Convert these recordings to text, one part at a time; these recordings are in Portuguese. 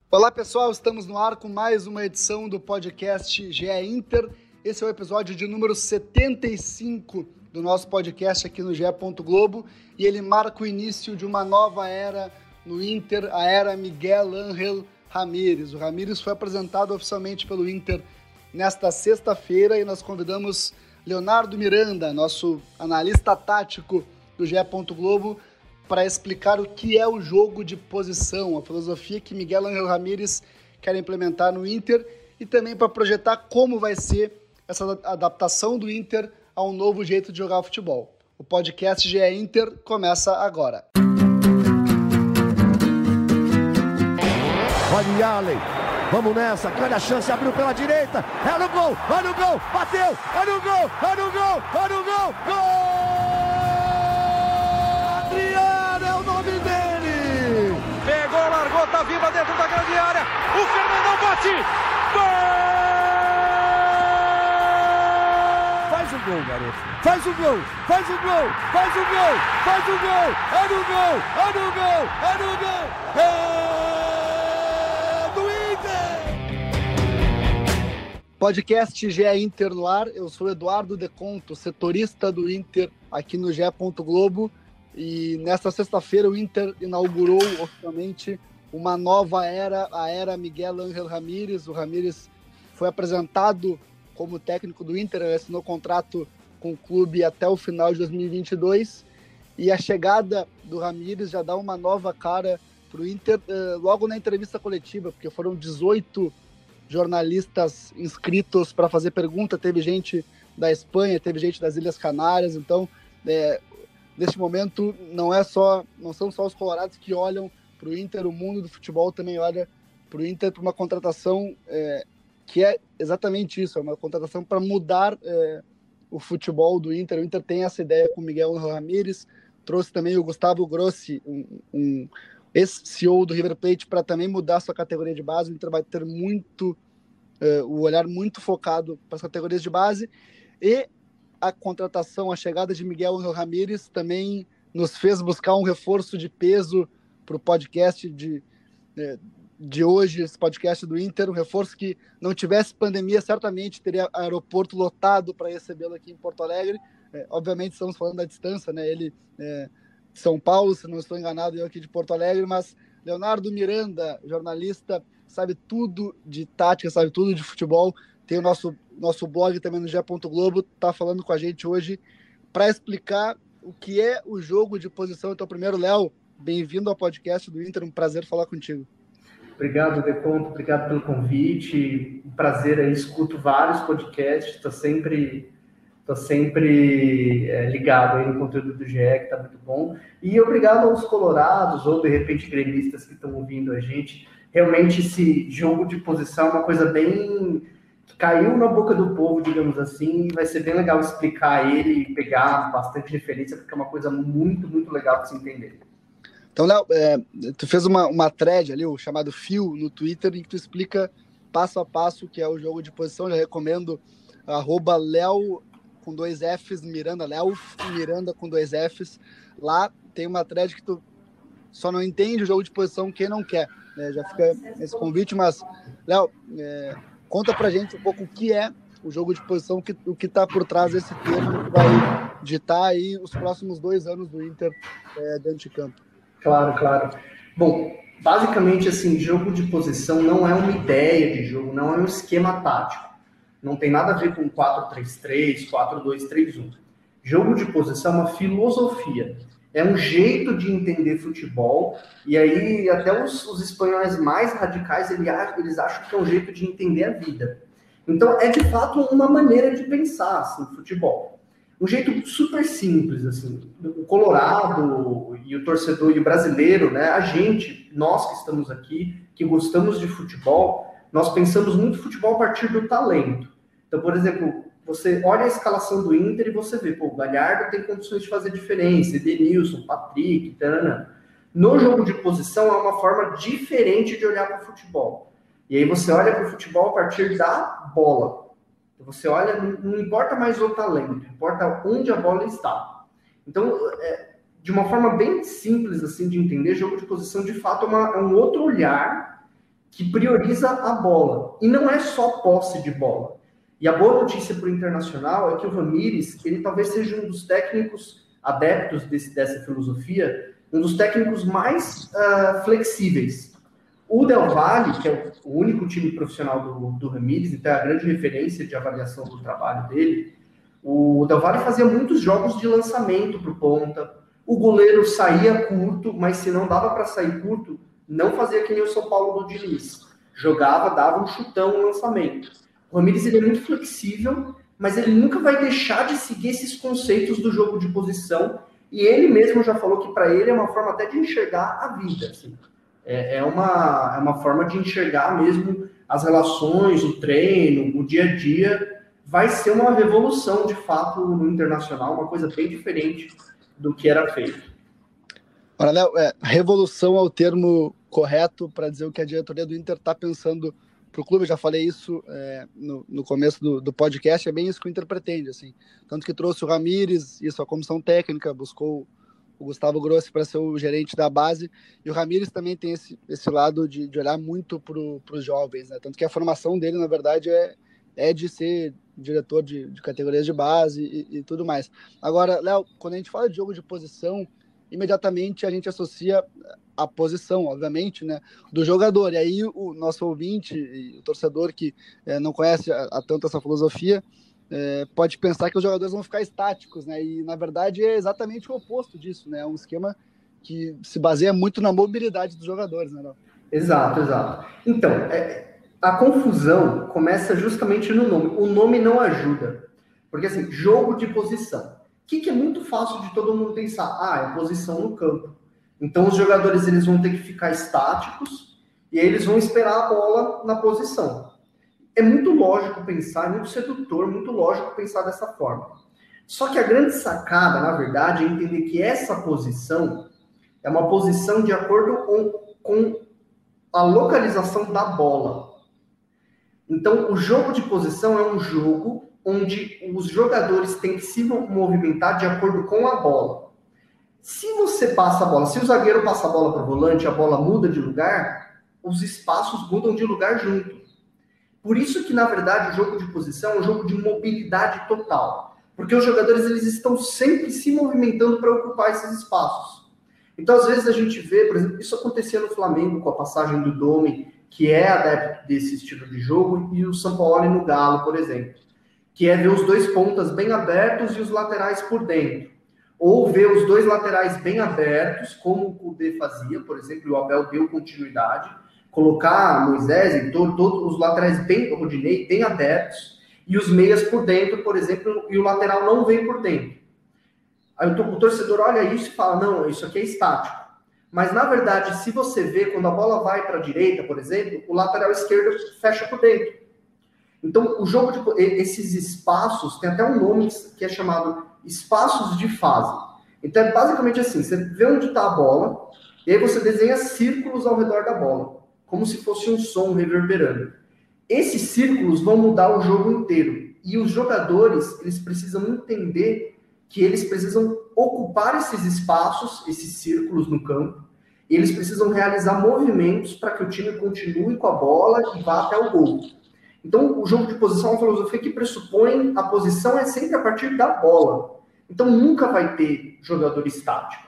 Olá pessoal, estamos no ar com mais uma edição do podcast GE Inter. Esse é o episódio de número 75 do nosso podcast aqui no GE. Globo e ele marca o início de uma nova era no Inter, a era Miguel Ángel Ramírez. O Ramírez foi apresentado oficialmente pelo Inter nesta sexta-feira e nós convidamos Leonardo Miranda, nosso analista tático do GE. Globo, para explicar o que é o jogo de posição, a filosofia que Miguel Ángel Ramírez quer implementar no Inter e também para projetar como vai ser essa adaptação do Inter a um novo jeito de jogar futebol. O podcast GE Inter começa agora. Olha o Allen, vamos nessa, grande a chance, abriu pela direita, é no gol, olha o gol, bateu, olha o gol, olha o gol, olha o gol, gol! Pegou, largou, tá viva dentro da grande área. O Fernandão bate. Gol! Faz o gol, garoto. Faz o gol, faz o gol, faz o gol, faz o gol. É no gol, é no gol, é no gol. É do Inter! Podcast GE Inter no ar. Eu sou Eduardo Deconto, setorista do Inter aqui no GE. Globo. E nesta sexta-feira o Inter inaugurou oficialmente uma nova era, a era Miguel Ángel Ramírez. O Ramírez foi apresentado como técnico do Inter, ele assinou contrato com o clube até o final de 2022 e a chegada do Ramírez já dá uma nova cara para o Inter logo na entrevista coletiva, porque foram 18 jornalistas inscritos para fazer pergunta, teve gente da Espanha, teve gente das Ilhas Canárias, então neste momento, não são só os colorados que olham para o Inter, o mundo do futebol também olha para o Inter para uma contratação que é exatamente isso, é uma contratação para mudar o futebol do Inter. O Inter tem essa ideia com o Miguel Ramírez, trouxe também o Gustavo Grossi, um ex-CEO do River Plate, para também mudar sua categoria de base. O Inter vai ter o olhar muito focado para as categorias de base e a contratação, a chegada de Miguel Ángel Ramírez também nos fez buscar um reforço de peso para o podcast de hoje, esse podcast do Inter, um reforço que não tivesse pandemia, certamente teria aeroporto lotado para recebê-lo aqui em Porto Alegre. Obviamente estamos falando da distância, né? Ele de São Paulo, se não estou enganado, eu aqui de Porto Alegre, mas Leonardo Miranda, jornalista, sabe tudo de tática, sabe tudo de futebol, tem o nosso blog também no GE. Globo, está falando com a gente hoje para explicar o que é o jogo de posição. Então, primeiro, Léo, bem-vindo ao podcast do Inter, um prazer falar contigo. Obrigado, Deconto, obrigado pelo convite, um prazer aí, escuto vários podcasts, estou sempre ligado aí no conteúdo do GE, que está muito bom, e obrigado aos colorados ou, de repente, gremistas que estão ouvindo a gente. Realmente, esse jogo de posição é uma coisa bem que caiu na boca do povo, digamos assim, e vai ser bem legal explicar ele e pegar bastante referência, porque é uma coisa muito, muito legal de se entender. Então, Léo, tu fez uma thread ali, o chamado Fio, no Twitter, em que tu explica passo a passo o que é o jogo de posição. Já recomendo @Léo com 2 Fs, Miranda, Léo Miranda com 2 Fs. Lá tem uma thread que tu só não entende o jogo de posição quem não quer, né? Já fica esse convite, mas, Léo, conta pra gente um pouco o que é o jogo de posição, o que está por trás desse termo que vai ditar aí os próximos 2 anos do Inter dentro de campo. Claro. Bom, basicamente, assim, jogo de posição não é uma ideia de jogo, não é um esquema tático. Não tem nada a ver com 4-3-3, 4-2-3-1. Jogo de posição é uma filosofia. É um jeito de entender futebol, e aí até os espanhóis mais radicais, eles acham que é um jeito de entender a vida. Então, é de fato uma maneira de pensar assim, futebol. Um jeito super simples, assim. O colorado e o torcedor e o brasileiro, né? Nós que estamos aqui, que gostamos de futebol, nós pensamos muito futebol a partir do talento. Então, por exemplo, você olha a escalação do Inter e você vê, o Galhardo tem condições de fazer diferença, Edenilson, Patrick, tarana. No jogo de posição é uma forma diferente de olhar para o futebol. E aí você olha para o futebol a partir da bola. Você olha, não importa mais o talento, importa onde a bola está. Então, de uma forma bem simples assim de entender, jogo de posição de fato é um outro olhar que prioriza a bola. E não é só posse de bola. E a boa notícia para o Internacional é que o Ramires, ele talvez seja um dos técnicos adeptos dessa filosofia, um dos técnicos mais flexíveis. O Del Valle, que é o único time profissional do Ramires, então é a grande referência de avaliação do trabalho dele, o Del Valle fazia muitos jogos de lançamento para o ponta, o goleiro saía curto, mas se não dava para sair curto, não fazia que nem o São Paulo do Diniz. Jogava, dava um chutão no lançamento. O Ramires, ele é muito flexível, mas ele nunca vai deixar de seguir esses conceitos do jogo de posição, e ele mesmo já falou que para ele é uma forma até de enxergar a vida. Assim. É uma forma de enxergar mesmo as relações, o treino, o dia a dia. Vai ser uma revolução, de fato, no Internacional, uma coisa bem diferente do que era feito. Ora, Léo, revolução é o termo correto para dizer o que a diretoria do Inter está pensando para o clube. Eu já falei isso no começo do podcast, é bem isso que o Inter pretende, assim. Tanto que trouxe o Ramires, isso, a comissão técnica, buscou o Gustavo Grossi para ser o gerente da base, e o Ramires também tem esse lado de olhar muito para os jovens, né? Tanto que a formação dele, na verdade, é de ser diretor de categorias de base e tudo mais. Agora, Léo, quando a gente fala de jogo de posição, imediatamente a gente associa a posição, obviamente, né, do jogador. E aí o nosso ouvinte e o torcedor que não conhece a tanto essa filosofia pode pensar que os jogadores vão ficar estáticos, né? E na verdade é exatamente o oposto disso, né? É um esquema que se baseia muito na mobilidade dos jogadores, né, Léo? Exato. Então, a confusão começa justamente no nome. O nome não ajuda. Porque, assim, jogo de posição. O que é muito fácil de todo mundo pensar? É posição no campo. Então, os jogadores eles vão ter que ficar estáticos e aí eles vão esperar a bola na posição. É muito lógico pensar, é muito sedutor, muito lógico pensar dessa forma. Só que a grande sacada, na verdade, é entender que essa posição é uma posição de acordo com a localização da bola. Então, o jogo de posição é um jogo onde os jogadores têm que se movimentar de acordo com a bola. Se você passa a bola, se o zagueiro passa a bola para o volante, a bola muda de lugar, os espaços mudam de lugar junto. Por isso que, na verdade, o jogo de posição é um jogo de mobilidade total. Porque os jogadores eles estão sempre se movimentando para ocupar esses espaços. Então, às vezes, a gente vê, por exemplo, isso acontecia no Flamengo com a passagem do Domi, que é adepto desse estilo de jogo, e o Sampaoli no Galo, por exemplo, que é ver os dois pontas bem abertos e os laterais por dentro. Ou ver os dois laterais bem abertos, como o Kudê fazia, por exemplo, e o Abel deu continuidade, colocar Moisés e todos os laterais bem, o Rodinei, bem abertos, e os meias por dentro, por exemplo, e o lateral não vem por dentro. Aí o torcedor olha isso e fala, não, isso aqui é estático. Mas, na verdade, se você vê, quando a bola vai para a direita, por exemplo, o lateral esquerdo fecha por dentro. Então, o jogo esses espaços, tem até um nome que é chamado espaços de fase. Então, é basicamente assim, você vê onde está a bola, e aí você desenha círculos ao redor da bola, como se fosse um som reverberando. Esses círculos vão mudar o jogo inteiro. E os jogadores, eles precisam entender que eles precisam ocupar esses espaços, esses círculos no campo, e eles precisam realizar movimentos para que o time continue com a bola e vá até o gol. Então, o jogo de posição é uma filosofia que pressupõe a posição é sempre a partir da bola. Então, nunca vai ter jogador estático.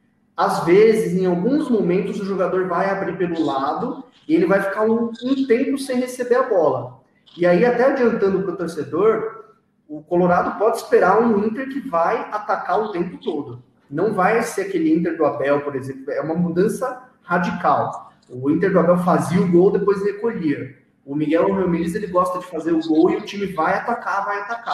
Às vezes, em alguns momentos, o jogador vai abrir pelo lado e ele vai ficar um tempo sem receber a bola. E aí, até adiantando para o torcedor, o Colorado pode esperar um Inter que vai atacar o tempo todo. Não vai ser aquele Inter do Abel, por exemplo. É uma mudança radical. O Inter do Abel fazia o gol, depois recolhia. O Miguel Ramírez, ele gosta de fazer o gol e o time vai atacar.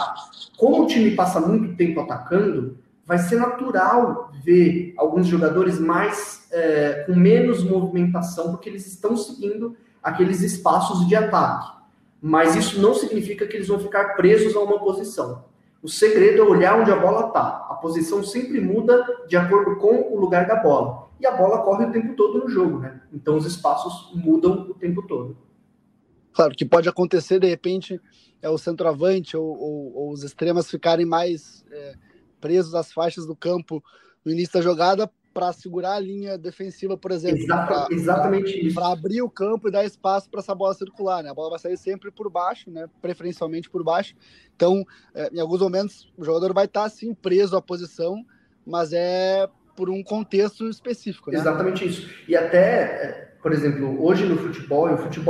Como o time passa muito tempo atacando, vai ser natural ver alguns jogadores mais com menos movimentação, porque eles estão seguindo aqueles espaços de ataque. Mas isso não significa que eles vão ficar presos a uma posição. O segredo é olhar onde a bola está. A posição sempre muda de acordo com o lugar da bola. E a bola corre o tempo todo no jogo, né? Então os espaços mudam o tempo todo. Claro, que pode acontecer, de repente, o centroavante ou os extremas ficarem mais presos às faixas do campo no início da jogada, para segurar a linha defensiva, por exemplo. Exatamente isso. Para abrir o campo e dar espaço para essa bola circular, né? A bola vai sair sempre por baixo, né? Preferencialmente por baixo. Então, em alguns momentos, o jogador vai estar, sim, preso à posição, mas é por um contexto específico, né? Exatamente isso. E até, por exemplo, hoje no futebol,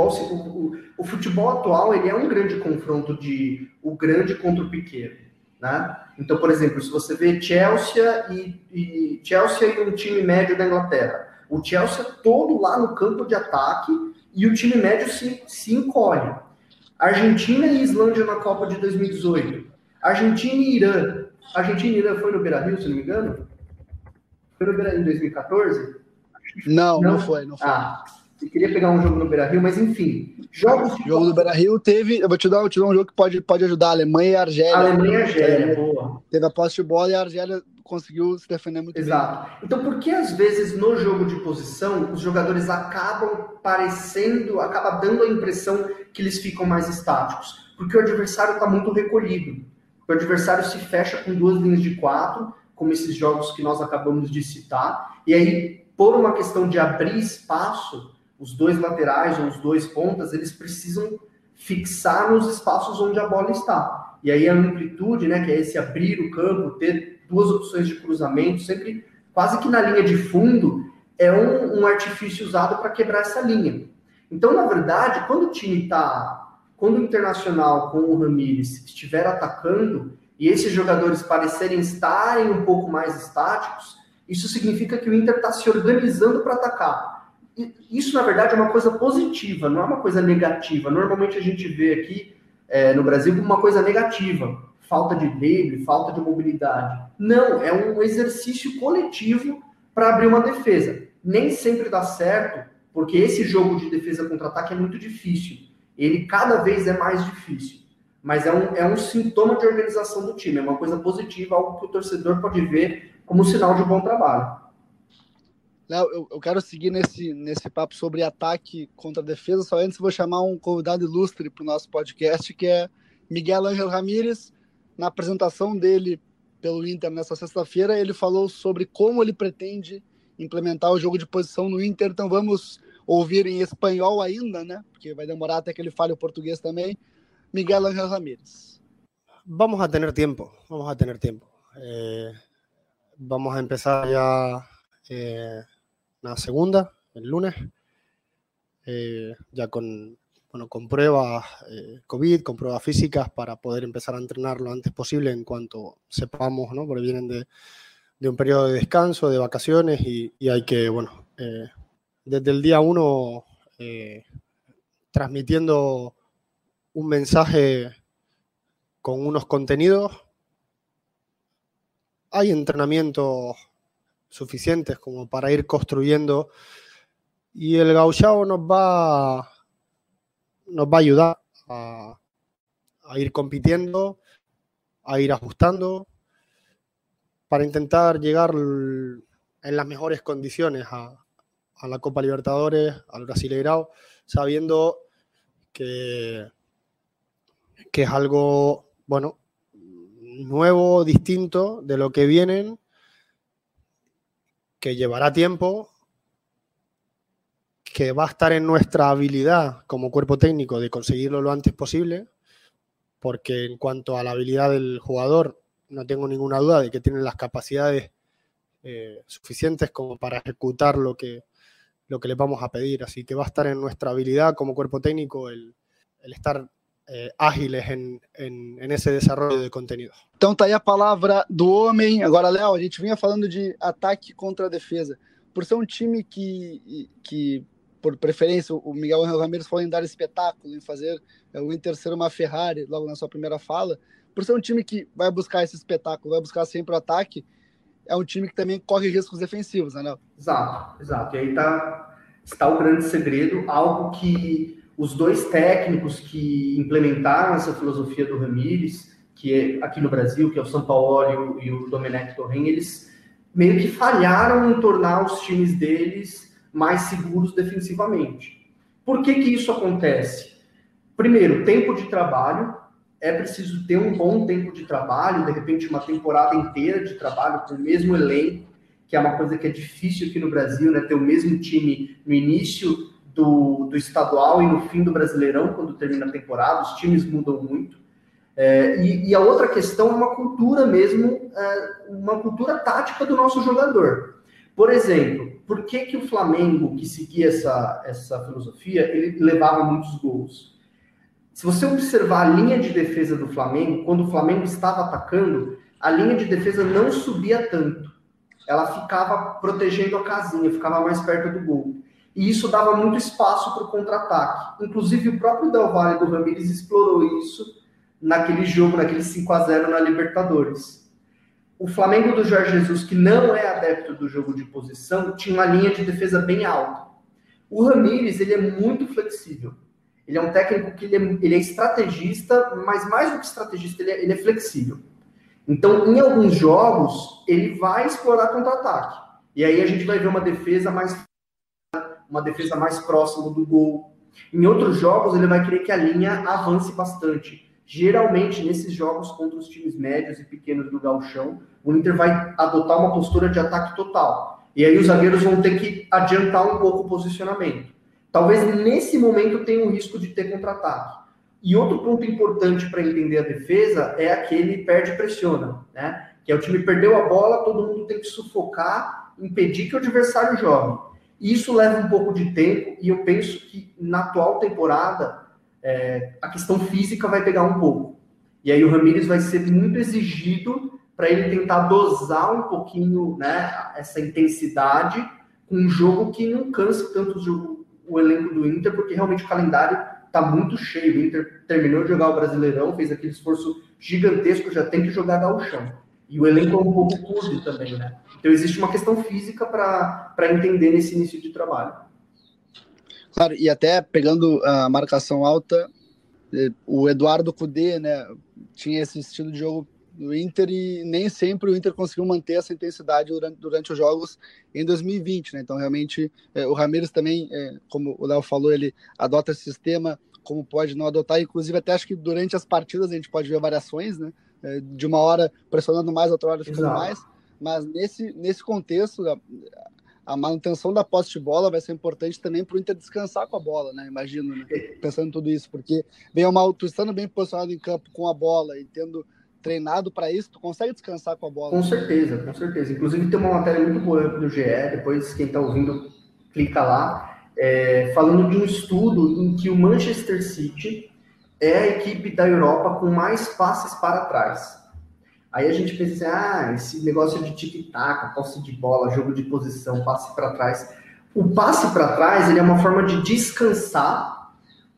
o futebol atual, ele é um grande confronto de o grande contra o pequeno, né? Então, por exemplo, se você vê Chelsea e um time médio da Inglaterra, o Chelsea todo lá no campo de ataque e o time médio se encolhe. Argentina e Islândia na Copa de 2018. Argentina e Irã. Argentina e Irã foi no Beira-Rio, se não me engano? Foi no Beira-Rio em 2014? Não foi. Eu queria pegar um jogo no Beira-Rio, mas enfim. O jogo do Beira-Rio teve... Eu vou te dar um jogo que pode ajudar. Alemanha e Argélia. Alemanha e Argélia, boa. Teve a posse de bola e a Argélia conseguiu se defender muito bem. Exato. Então, por que às vezes no jogo de posição os jogadores acabam dando a impressão que eles ficam mais estáticos? Porque o adversário está muito recolhido. O adversário se fecha com 2 linhas de 4, como esses jogos que nós acabamos de citar, e aí, por uma questão de abrir espaço, os 2 laterais ou os 2 pontas, eles precisam fixar nos espaços onde a bola está. E aí a amplitude, né, que é esse abrir o campo, ter 2 opções de cruzamento, sempre quase que na linha de fundo, é um artifício usado para quebrar essa linha. Então, na verdade, quando o Internacional com o Ramires estiver atacando e esses jogadores parecerem estarem um pouco mais estáticos, isso significa que o Inter está se organizando para atacar. Isso, na verdade, é uma coisa positiva, não é uma coisa negativa. Normalmente a gente vê aqui no Brasil como uma coisa negativa. Falta de drible, falta de mobilidade. Não, é um exercício coletivo para abrir uma defesa. Nem sempre dá certo, porque esse jogo de defesa contra-ataque é muito difícil. Ele cada vez é mais difícil. Mas é um sintoma de organização do time, é uma coisa positiva, algo que o torcedor pode ver como sinal de bom trabalho. Léo, eu quero seguir nesse papo sobre ataque contra defesa, só antes vou chamar um convidado ilustre para o nosso podcast, que é Miguel Ángel Ramírez. Na apresentação dele pelo Inter nessa sexta-feira, ele falou sobre como ele pretende implementar o jogo de posição no Inter, então vamos ouvir em espanhol ainda, né? Porque vai demorar até que ele fale o português também. Miguel Ángel Ramírez. Vamos a tener tiempo. Vamos a empezar ya la segunda, el lunes, ya con pruebas COVID, con pruebas físicas para poder empezar a entrenar lo antes posible en cuanto sepamos, ¿no? Porque vienen de un periodo de descanso, de vacaciones y hay que, desde el día 1 transmitiendo un mensaje con unos contenidos. Hay entrenamientos suficientes como para ir construyendo y el gauchao nos va a ayudar a ir compitiendo, a ir ajustando para intentar llegar en las mejores condiciones a la Copa Libertadores, al Brasileirao, sabiendo que es algo, nuevo, distinto de lo que vienen, que llevará tiempo, que va a estar en nuestra habilidad como cuerpo técnico de conseguirlo lo antes posible, porque en cuanto a la habilidad del jugador, no tengo ninguna duda de que tiene las capacidades suficientes como para ejecutar lo que le vamos a pedir. Así que va a estar en nuestra habilidad como cuerpo técnico el estar ágiles en esse desarrollo de conteúdo. Então tá aí a palavra do homem. Agora, Léo, a gente vinha falando de ataque contra a defesa. Por ser um time que por preferência, o Miguel Ángel Ramírez falou em dar espetáculo, em fazer o Inter ser uma Ferrari, logo na sua primeira fala. Por ser um time que vai buscar esse espetáculo, vai buscar sempre o ataque, é um time que também corre riscos defensivos, né, Léo? Exato. E aí está o grande segredo, algo que os 2 técnicos que implementaram essa filosofia do Ramírez, que é aqui no Brasil, que é o Sampaoli e o Domenech Torren, eles meio que falharam em tornar os times deles mais seguros defensivamente. Por que isso acontece? Primeiro, tempo de trabalho. É preciso ter um bom tempo de trabalho, de repente uma temporada inteira de trabalho com o mesmo elenco, que é uma coisa que é difícil aqui no Brasil, né? Ter o mesmo time no início do estadual e no fim do Brasileirão, quando termina a temporada, os times mudam muito. E a outra questão é uma cultura mesmo, uma cultura tática do nosso jogador. Por exemplo, por que o Flamengo, que seguia essa filosofia, ele levava muitos gols? Se você observar a linha de defesa do Flamengo, quando o Flamengo estava atacando, a linha de defesa não subia tanto. Ela ficava protegendo a casinha, ficava mais perto do gol. E isso dava muito espaço para o contra-ataque. Inclusive, o próprio Del Valle do Ramírez explorou isso naquele jogo, naquele 5-0 na Libertadores. O Flamengo do Jorge Jesus, que não é adepto do jogo de posição, tinha uma linha de defesa bem alta. O Ramírez, ele é muito flexível. Ele é um técnico que ele é estrategista, mas mais do que estrategista, ele é flexível. Então, em alguns jogos, ele vai explorar contra-ataque. E aí a gente vai ver uma defesa mais próxima do gol. Em outros jogos, ele vai querer que a linha avance bastante. Geralmente, nesses jogos contra os times médios e pequenos do Gauchão, o Inter vai adotar uma postura de ataque total. E aí os zagueiros vão ter que adiantar um pouco o posicionamento. Talvez nesse momento tenha um risco de ter contra-ataque. E outro ponto importante para entender a defesa é aquele perde-pressiona, né? Que é o time perdeu a bola, todo mundo tem que sufocar, impedir que o adversário jogue. Isso leva um pouco de tempo e eu penso que na atual temporada a questão física vai pegar um pouco. E aí o Ramírez vai ser muito exigido para ele tentar dosar um pouquinho, né, essa intensidade com um jogo que não canse tanto o elenco do Inter, porque realmente o calendário está muito cheio. O Inter terminou de jogar o Brasileirão, fez aquele esforço gigantesco, já tem que jogar Gauchão. E o elenco é um pouco curto também, né? Então existe uma questão física para entender nesse início de trabalho. Claro, e até pegando a marcação alta, o Eduardo Cudê, né, tinha esse estilo de jogo no Inter e nem sempre o Inter conseguiu manter essa intensidade durante os jogos em 2020, né? Então realmente o Ramírez também, como o Léo falou, ele adota esse sistema, como pode não adotar, inclusive até acho que durante as partidas a gente pode ver variações, né? De uma hora pressionando mais, outra hora ficando mais, mas nesse contexto a manutenção da posse de bola vai ser importante também para o Inter descansar com a bola, né? Imagino, né? Pensando em tudo isso, porque bem ou mal, tu estando bem posicionado em campo com a bola e tendo treinado para isso, tu consegue descansar com a bola. Com certeza, com certeza. Inclusive tem uma matéria muito boa do GE, depois quem está ouvindo clica lá, falando de um estudo em que o Manchester City é a equipe da Europa com mais passes para trás. Aí a gente pensa assim, esse negócio de tic-tac, posse de bola, jogo de posição, passe para trás. O passe para trás, ele é uma forma de descansar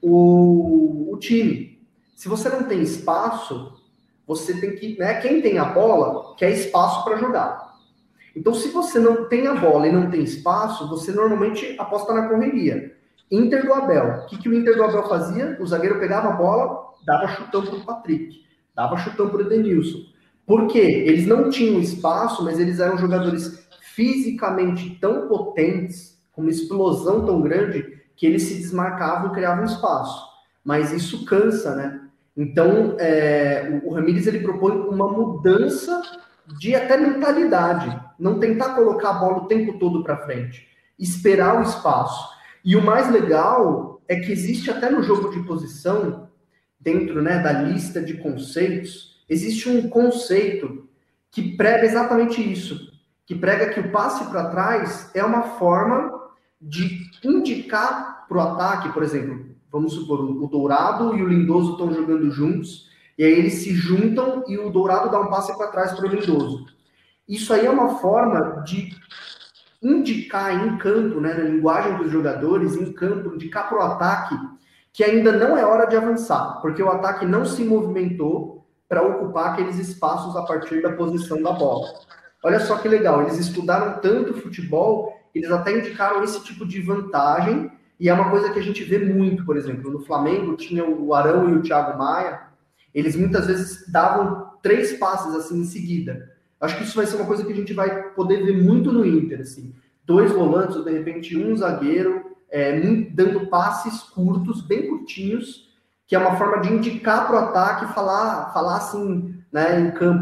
o time. Se você não tem espaço, você tem que, né, quem tem a bola quer espaço para jogar. Então, se você não tem a bola e não tem espaço, você normalmente aposta na correria. Inter do Abel. O que o Inter do Abel fazia? O zagueiro pegava a bola, dava chutão para o Patrick, dava chutão para o Edenilson. Por quê? Eles não tinham espaço, mas eles eram jogadores fisicamente tão potentes, com uma explosão tão grande, que eles se desmarcavam e criavam espaço. Mas isso cansa, né? Então, o Ramírez ele propõe uma mudança de até mentalidade. Não tentar colocar a bola o tempo todo para frente. Esperar o espaço. E o mais legal é que existe até no jogo de posição, dentro, né, da lista de conceitos, existe um conceito que prega exatamente isso. Que prega que o passe para trás é uma forma de indicar para o ataque, por exemplo, vamos supor, o Dourado e o Lindoso estão jogando juntos, e aí eles se juntam e o Dourado dá um passe para trás para o Lindoso. Isso aí é uma forma de indicar em campo, né, na linguagem dos jogadores, em campo, indicar para o ataque que ainda não é hora de avançar, porque o ataque não se movimentou para ocupar aqueles espaços a partir da posição da bola. Olha só que legal, eles estudaram tanto futebol, eles até indicaram esse tipo de vantagem, e é uma coisa que a gente vê muito, por exemplo, no Flamengo tinha o Arão e o Thiago Maia, eles muitas vezes davam 3 passes assim em seguida. Acho que isso vai ser uma coisa que a gente vai poder ver muito no Inter, assim. 2 volantes, ou de repente um zagueiro, dando passes curtos, bem curtinhos, que é uma forma de indicar para o ataque, falar assim, né, em campo,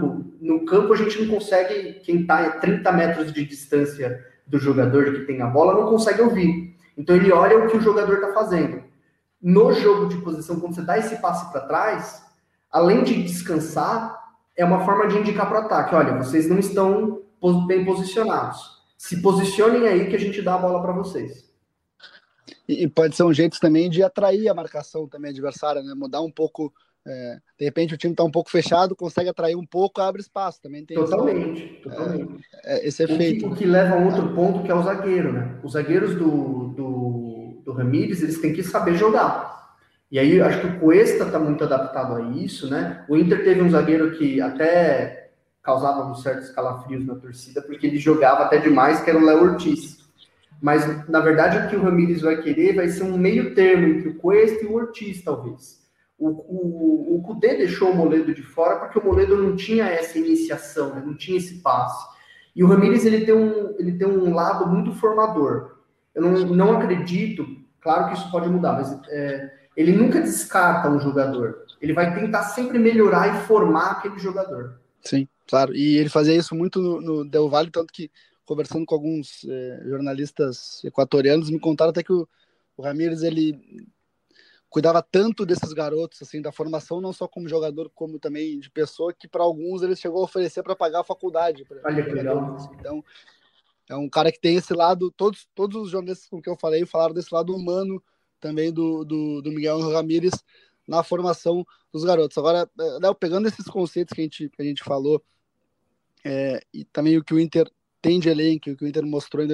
no campo a gente não consegue, quem está a 30 metros de distância do jogador que tem a bola não consegue ouvir. Então ele olha o que o jogador está fazendo. No jogo de posição, quando você dá esse passe para trás, além de descansar, é uma forma de indicar para o ataque. Olha, vocês não estão bem posicionados. Se posicionem aí que a gente dá a bola para vocês. E pode ser um jeito também de atrair a marcação também adversária, né? Mudar um pouco. De repente o time está um pouco fechado, consegue atrair um pouco, abre espaço. Também tem totalmente. Esse efeito. O que leva a um outro ponto, que é o zagueiro, né? Os zagueiros do Ramírez, eles têm que saber jogar. E aí, acho que o Cuesta está muito adaptado a isso, né? O Inter teve um zagueiro que até causava uns certos calafrios na torcida, porque ele jogava até demais, que era o Léo Ortiz. Mas, na verdade, o que o Ramírez vai querer vai ser um meio termo entre o Cuesta e o Ortiz, talvez. O Kudê deixou o Moledo de fora porque o Moledo não tinha essa iniciação, né? Não tinha esse passe. E o Ramírez ele tem um lado muito formador. Eu não acredito, claro que isso pode mudar, mas ele nunca descarta um jogador. Ele vai tentar sempre melhorar e formar aquele jogador. Sim, claro. E ele fazia isso muito no Del Valle, tanto que, conversando com alguns jornalistas equatorianos, me contaram até que o Ramírez, ele cuidava tanto desses garotos, assim, da formação, não só como jogador, como também de pessoa, que para alguns ele chegou a oferecer para pagar a faculdade. Olha que legal. Então, é um cara que tem esse lado, todos os jornalistas com que eu falei falaram desse lado humano também do Miguel Ramírez na formação dos garotos. Agora, Léo, pegando esses conceitos que a gente falou, e também o que o Inter tem de elenco, o que o Inter mostrou em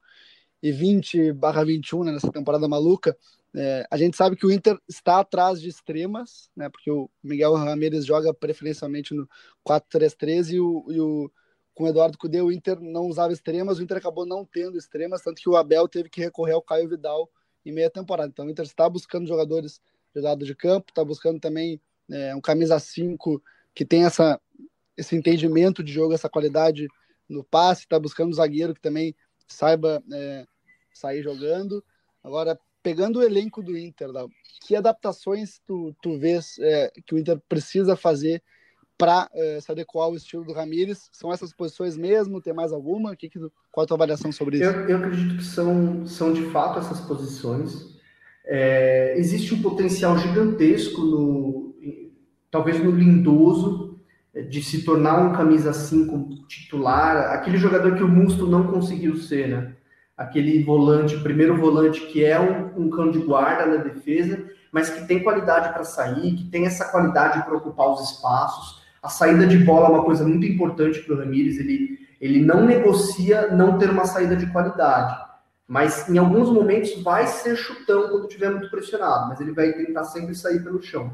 2020/21, né, nessa temporada maluca, a gente sabe que o Inter está atrás de extremas, né, porque o Miguel Ramírez joga preferencialmente no 4-3-3 com o Eduardo Cudê o Inter não usava extremas, o Inter acabou não tendo extremas, tanto que o Abel teve que recorrer ao Caio Vidal em meia temporada. Então o Inter está buscando jogadores de lado de campo, está buscando também um camisa 5 que tem esse entendimento de jogo, essa qualidade no passe, está buscando um zagueiro que também saiba sair jogando. Agora, pegando o elenco do Inter, que adaptações tu vês que o Inter precisa fazer para se adequar ao estilo do Ramírez? São essas posições mesmo? Tem mais alguma? Qual a tua avaliação sobre isso? Eu acredito que são de fato essas posições. Existe um potencial gigantesco, talvez no Lindoso, de se tornar um camisa 5 titular, aquele jogador que o Musto não conseguiu ser, né? Aquele primeiro volante que é um cão de guarda na defesa, mas que tem qualidade para sair, que tem essa qualidade para ocupar os espaços. A saída de bola é uma coisa muito importante para o Ramírez, ele não negocia não ter uma saída de qualidade, mas em alguns momentos vai ser chutão quando estiver muito pressionado, mas ele vai tentar sempre sair pelo chão.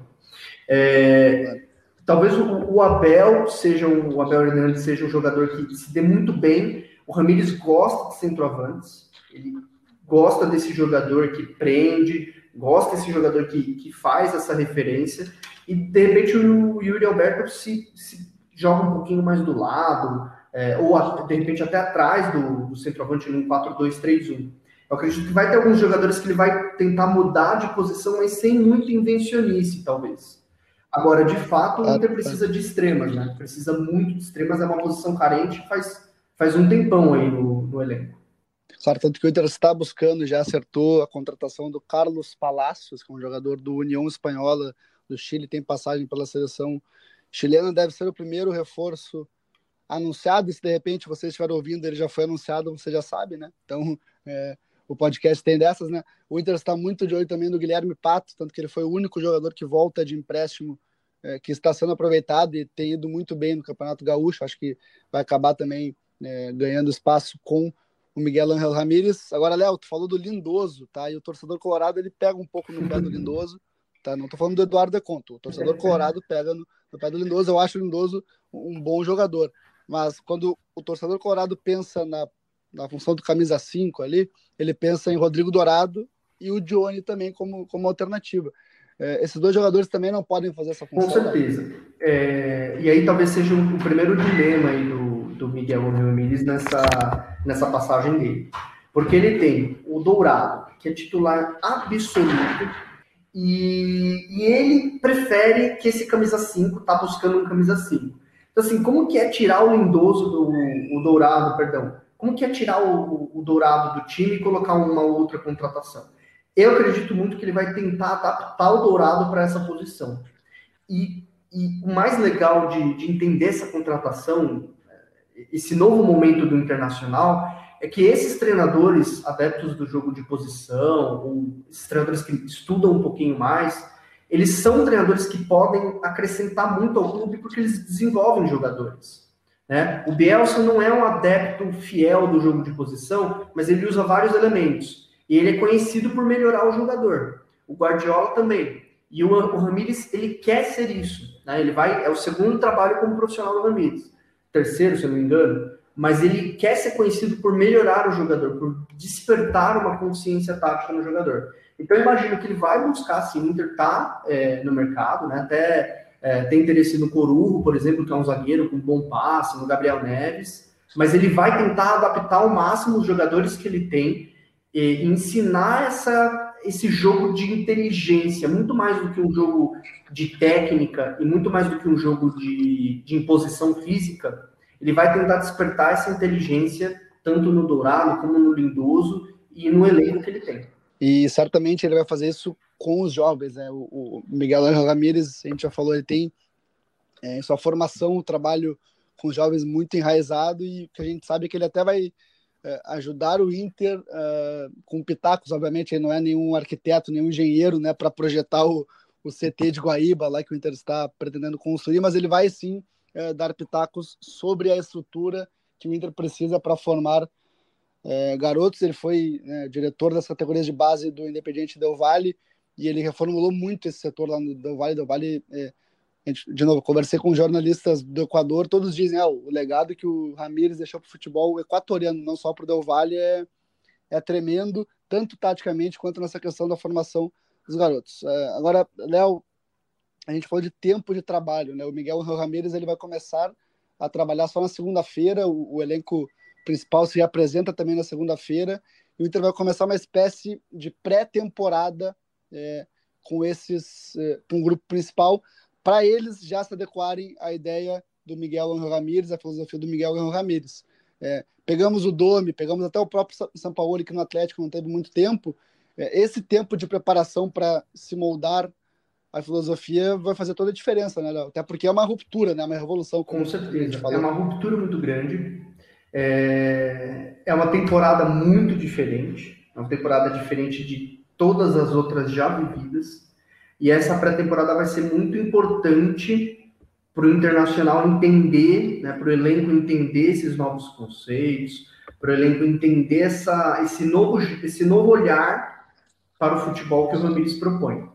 Talvez o Abel Hernandes seja um jogador que se dê muito bem. O Ramírez gosta de centroavantes, ele gosta desse jogador que prende, gosta desse jogador que faz essa referência, e de repente o Yuri Alberto se joga um pouquinho mais do lado, ou de repente até atrás do centroavante num 4-2-3-1. Eu acredito que vai ter alguns jogadores que ele vai tentar mudar de posição, mas sem muito invencionice, talvez. Agora, de fato, o Inter precisa de extremas, né? Precisa muito de extremas, é uma posição carente, faz um tempão aí no elenco. Claro, tanto que o Inter está buscando, já acertou a contratação do Carlos Palacios, que é um jogador do União Espanhola do Chile, tem passagem pela seleção chilena, deve ser o primeiro reforço anunciado, e se de repente vocês estiverem ouvindo, ele já foi anunciado, você já sabe, né? Então, o podcast tem dessas, né? O Inter está muito de olho também no Guilherme Pato, tanto que ele foi o único jogador que volta de empréstimo, que está sendo aproveitado e tem ido muito bem no Campeonato Gaúcho. Acho que vai acabar também ganhando espaço com o Miguel Ángel Ramírez. Agora, Léo, tu falou do Lindoso, tá? E o torcedor colorado, ele pega um pouco no pé do Lindoso, tá? Não tô falando do Eduardo De Conto. O torcedor colorado pega no pé do Lindoso. Eu acho o Lindoso um bom jogador. Mas quando o torcedor colorado pensa na função do camisa 5 ali, ele pensa em Rodrigo Dourado e o Dione também como alternativa. Esses dois jogadores também não podem fazer essa função. Com certeza. E aí talvez seja o primeiro dilema aí do Miguel Ramírez nessa passagem dele. Porque ele tem o Dourado, que é titular absoluto, e ele prefere que esse camisa 5 tá buscando um camisa 5. Então, assim, como que é tirar o Lindoso, o Dourado, perdão, como que é tirar o Dourado do time e colocar uma outra contratação? Eu acredito muito que ele vai tentar adaptar o Dourado para essa posição. E o mais legal de entender essa contratação, esse novo momento do Internacional, é que esses treinadores adeptos do jogo de posição, ou esses treinadores que estudam um pouquinho mais, eles são treinadores que podem acrescentar muito ao clube porque eles desenvolvem jogadores. Né? O Bielsa não é um adepto fiel do jogo de posição, mas ele usa vários elementos. E ele é conhecido por melhorar o jogador. O Guardiola também. E o Ramires, ele quer ser isso. Né? É o segundo trabalho como profissional do Ramires. Terceiro, se eu não me engano. Mas ele quer ser conhecido por melhorar o jogador, por despertar uma consciência tática no jogador. Então, eu imagino que ele vai buscar, assim, o Inter tá no mercado, né? Até tem interesse no Corujo, por exemplo, que é um zagueiro com bom passe, no Gabriel Neves, mas ele vai tentar adaptar ao máximo os jogadores que ele tem e ensinar esse jogo de inteligência, muito mais do que um jogo de técnica e muito mais do que um jogo de imposição física. Ele vai tentar despertar essa inteligência tanto no Dourado como no Lindoso e no elenco que ele tem. E certamente ele vai fazer isso com os jovens, né? O Miguel Ángel Ramírez, a gente já falou, ele tem em sua formação, o trabalho com os jovens muito enraizado, e que a gente sabe que ele até vai ajudar o Inter com pitacos. Obviamente ele não é nenhum arquiteto, nenhum engenheiro, né, para projetar o CT de Guaíba lá que o Inter está pretendendo construir, mas ele vai sim dar pitacos sobre a estrutura que o Inter precisa para formar garotos. Ele foi diretor das categorias de base do Independiente Del Valle, e ele reformulou muito esse setor lá no Del Valle. Del Valle, de novo, conversei com jornalistas do Equador, todos dizem o legado que o Ramírez deixou para o futebol equatoriano, não só para o Del Valle, é tremendo, tanto taticamente quanto nessa questão da formação dos garotos. Agora, Léo, a gente falou de tempo de trabalho, né? O Miguel Ramírez, ele vai começar a trabalhar só na segunda-feira, o elenco principal se apresenta também na segunda-feira, e o Inter vai começar uma espécie de pré-temporada com um grupo principal, para eles já se adequarem à ideia do Miguel Ángel Ramírez, a filosofia do Miguel Ángel Ramírez. Pegamos o Domi, pegamos até o próprio Sampaoli, que no Atlético não teve muito tempo. Esse tempo de preparação para se moldar a filosofia vai fazer toda a diferença, né, Léo? Até porque é uma ruptura, né? Uma revolução. Com certeza, é uma ruptura muito grande. É uma temporada muito diferente, é uma temporada diferente de todas as outras já vividas, e essa pré-temporada vai ser muito importante para o Internacional entender, né, para o elenco entender esses novos conceitos, para o elenco entender esse novo olhar para o futebol que o Ramírez propõe.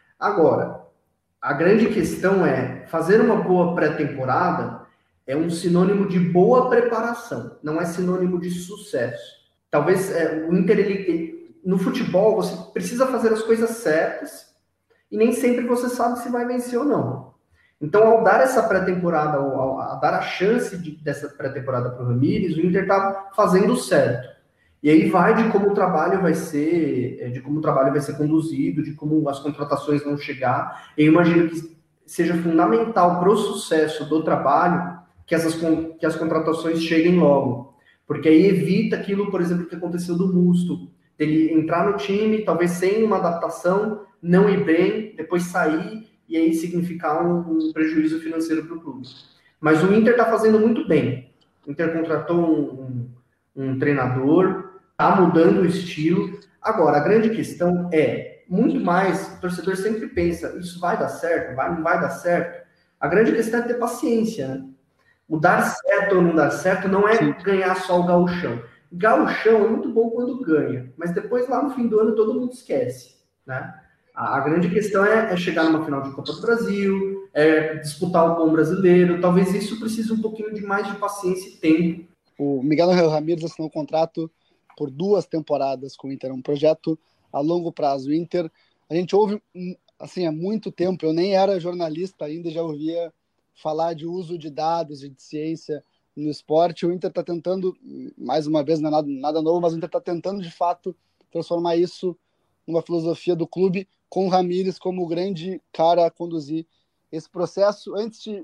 Agora, a grande questão é, fazer uma boa pré-temporada é um sinônimo de boa preparação, não é sinônimo de sucesso. Talvez o Inter, no futebol, você precisa fazer as coisas certas e nem sempre você sabe se vai vencer ou não. Então, ao dar essa pré-temporada, ao dar a chance dessa pré-temporada para o Ramírez, o Inter está fazendo certo. E aí vai de como o trabalho vai ser, conduzido, de como as contratações vão chegar. Eu imagino que seja fundamental para o sucesso do trabalho que as contratações cheguem logo. Porque aí evita aquilo, por exemplo, que aconteceu do Musto. Ele entrar no time, talvez sem uma adaptação, não ir bem, depois sair e aí significar um prejuízo financeiro para o clube. Mas o Inter está fazendo muito bem. O Inter contratou um treinador, está mudando o estilo. Agora, a grande questão é, muito mais, o torcedor sempre pensa, isso vai dar certo? Não vai dar certo? A grande questão é ter paciência, né? O dar certo ou não dar certo não é ganhar só o gauchão. Gauchão é muito bom quando ganha, mas depois lá no fim do ano todo mundo esquece, né? A grande questão é chegar numa final de Copa do Brasil, disputar o bom brasileiro. Talvez isso precise um pouquinho de mais de paciência e tempo. O Miguel Ángel Ramírez assinou um contrato por 2 temporadas com o Inter, um projeto a longo prazo. O Inter, a gente ouve assim, há muito tempo, eu nem era jornalista ainda, já ouvia falar de uso de dados e de ciência no esporte. O Inter está tentando, mais uma vez, não é nada novo, mas o Inter está tentando, de fato, transformar isso numa filosofia do clube, com o Ramírez como o grande cara a conduzir esse processo. Antes de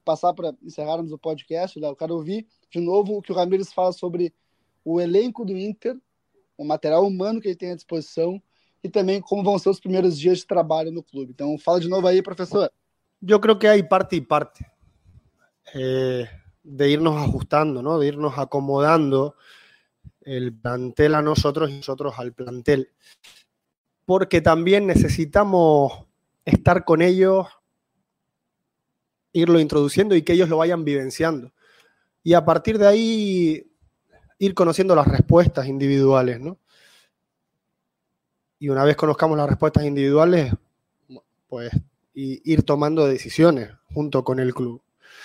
passar para encerrarmos o podcast, Léo, eu quero ouvir de novo o que o Ramires fala sobre o elenco do Inter, o material humano que ele tem à disposição e também como vão ser os primeiros dias de trabalho no clube. Então, fala de novo aí, professor. Yo creo que hay parte y parte de irnos ajustando, ¿no? De irnos acomodando el plantel a nosotros y nosotros al plantel. Porque también necesitamos estar con ellos, irlo introduciendo y que ellos lo vayan vivenciando. Y a partir de ahí ir conociendo las respuestas individuales, ¿no? Y una vez conozcamos las respuestas individuales, pues ir tomando decisiones junto con el club.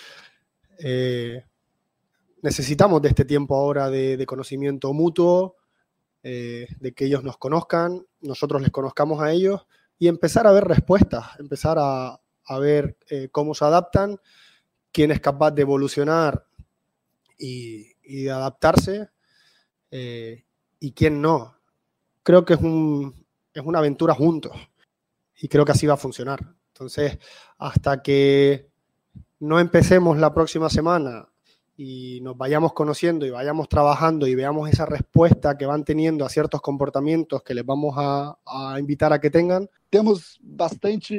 Necesitamos de este tiempo ahora de conocimiento mutuo, de que ellos nos conozcan, nosotros les conozcamos a ellos y empezar a ver respuestas, empezar a ver cómo se adaptan, quién es capaz de evolucionar y de adaptarse y quién no. Creo que es una aventura juntos y creo que así va a funcionar. Entonces, hasta que no empecemos la próxima semana y nos vayamos conociendo y vayamos trabajando y veamos esa respuesta que van teniendo a ciertos comportamientos que les vamos a invitar a que tengan. Temos bastante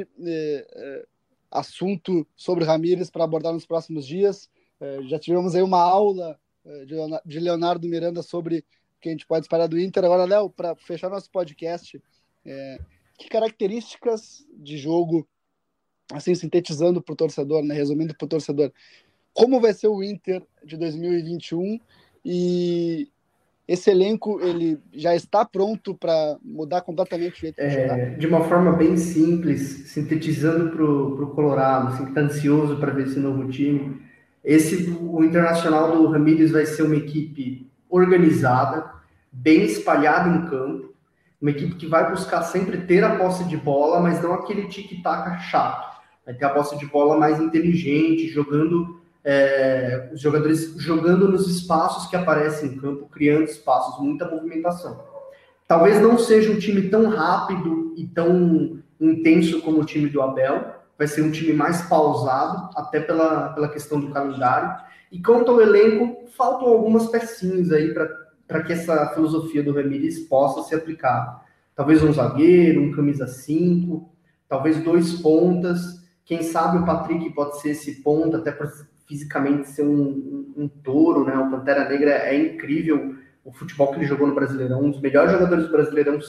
assunto sobre Ramires para abordar nos próximos dias. Já tivemos aí uma aula de Leonardo Miranda sobre o que a gente pode esperar do Inter. Agora, Léo, para fechar nosso podcast, que características de jogo, assim, sintetizando para o torcedor, né, resumindo para o torcedor, como vai ser o Inter de 2021 e esse elenco ele já está pronto para mudar completamente o jeito de jogar? De uma forma bem simples, sintetizando para o Colorado, assim, que está ansioso para ver esse novo time, o Internacional do Ramires vai ser uma equipe organizada, bem espalhada em campo, uma equipe que vai buscar sempre ter a posse de bola, mas não aquele tic-tac chato. Vai ter a posse de bola mais inteligente, jogando os jogadores jogando nos espaços que aparecem em campo, criando espaços, muita movimentação. Talvez não seja um time tão rápido e tão intenso como o time do Abel, vai ser um time mais pausado, até pela questão do calendário. E quanto ao elenco, faltam algumas pecinhas aí para que essa filosofia do Ramires possa se aplicar. Talvez um zagueiro, um camisa 5, talvez 2 pontas. Quem sabe o Patrick pode ser esse ponta, até para fisicamente ser um touro, né? O Pantera Negra é incrível, o futebol que ele jogou no Brasileirão, um dos melhores jogadores do Brasileirão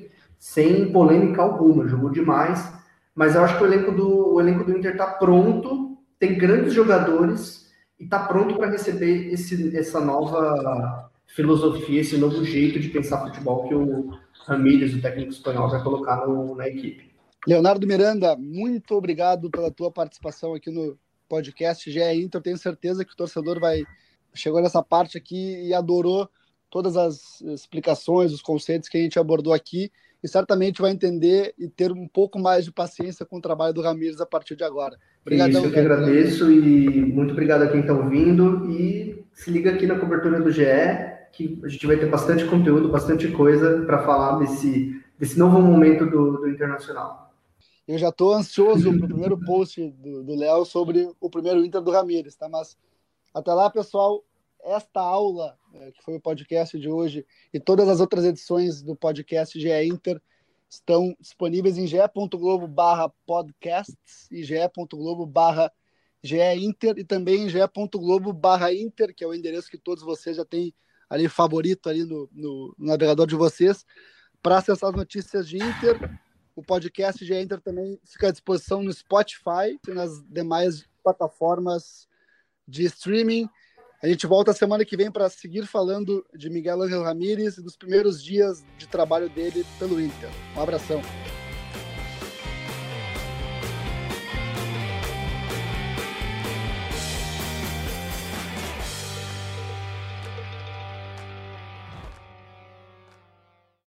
sem polêmica alguma, jogou demais. Mas eu acho que o elenco do Inter está pronto, tem grandes jogadores e está pronto para receber essa nova filosofia, esse novo jeito de pensar futebol que o Ramires, o técnico espanhol, vai colocar na equipe. Leonardo Miranda, muito obrigado pela tua participação aqui no podcast GE Inter. Eu tenho certeza que o torcedor chegou nessa parte aqui e adorou todas as explicações, os conceitos que a gente abordou aqui e certamente vai entender e ter um pouco mais de paciência com o trabalho do Ramires a partir de agora. Obrigadão, isso, eu que agradeço e muito obrigado a quem está ouvindo e se liga aqui na cobertura do GE que a gente vai ter bastante conteúdo, bastante coisa para falar desse novo momento do Internacional. Eu já estou ansioso para o primeiro post do Léo sobre o primeiro Inter do Ramires, tá? Mas até lá, pessoal, esta aula, que foi o podcast de hoje, e todas as outras edições do podcast GE Inter estão disponíveis em ge.globo/podcasts e ge.globo/GEInter e também em ge.globo/Inter, que é o endereço que todos vocês já têm ali favorito ali no navegador de vocês, para acessar as notícias de Inter. O podcast GE Inter também fica à disposição no Spotify e nas demais plataformas de streaming. A gente volta semana que vem para seguir falando de Miguel Ángel Ramírez e dos primeiros dias de trabalho dele pelo Inter. Um abração.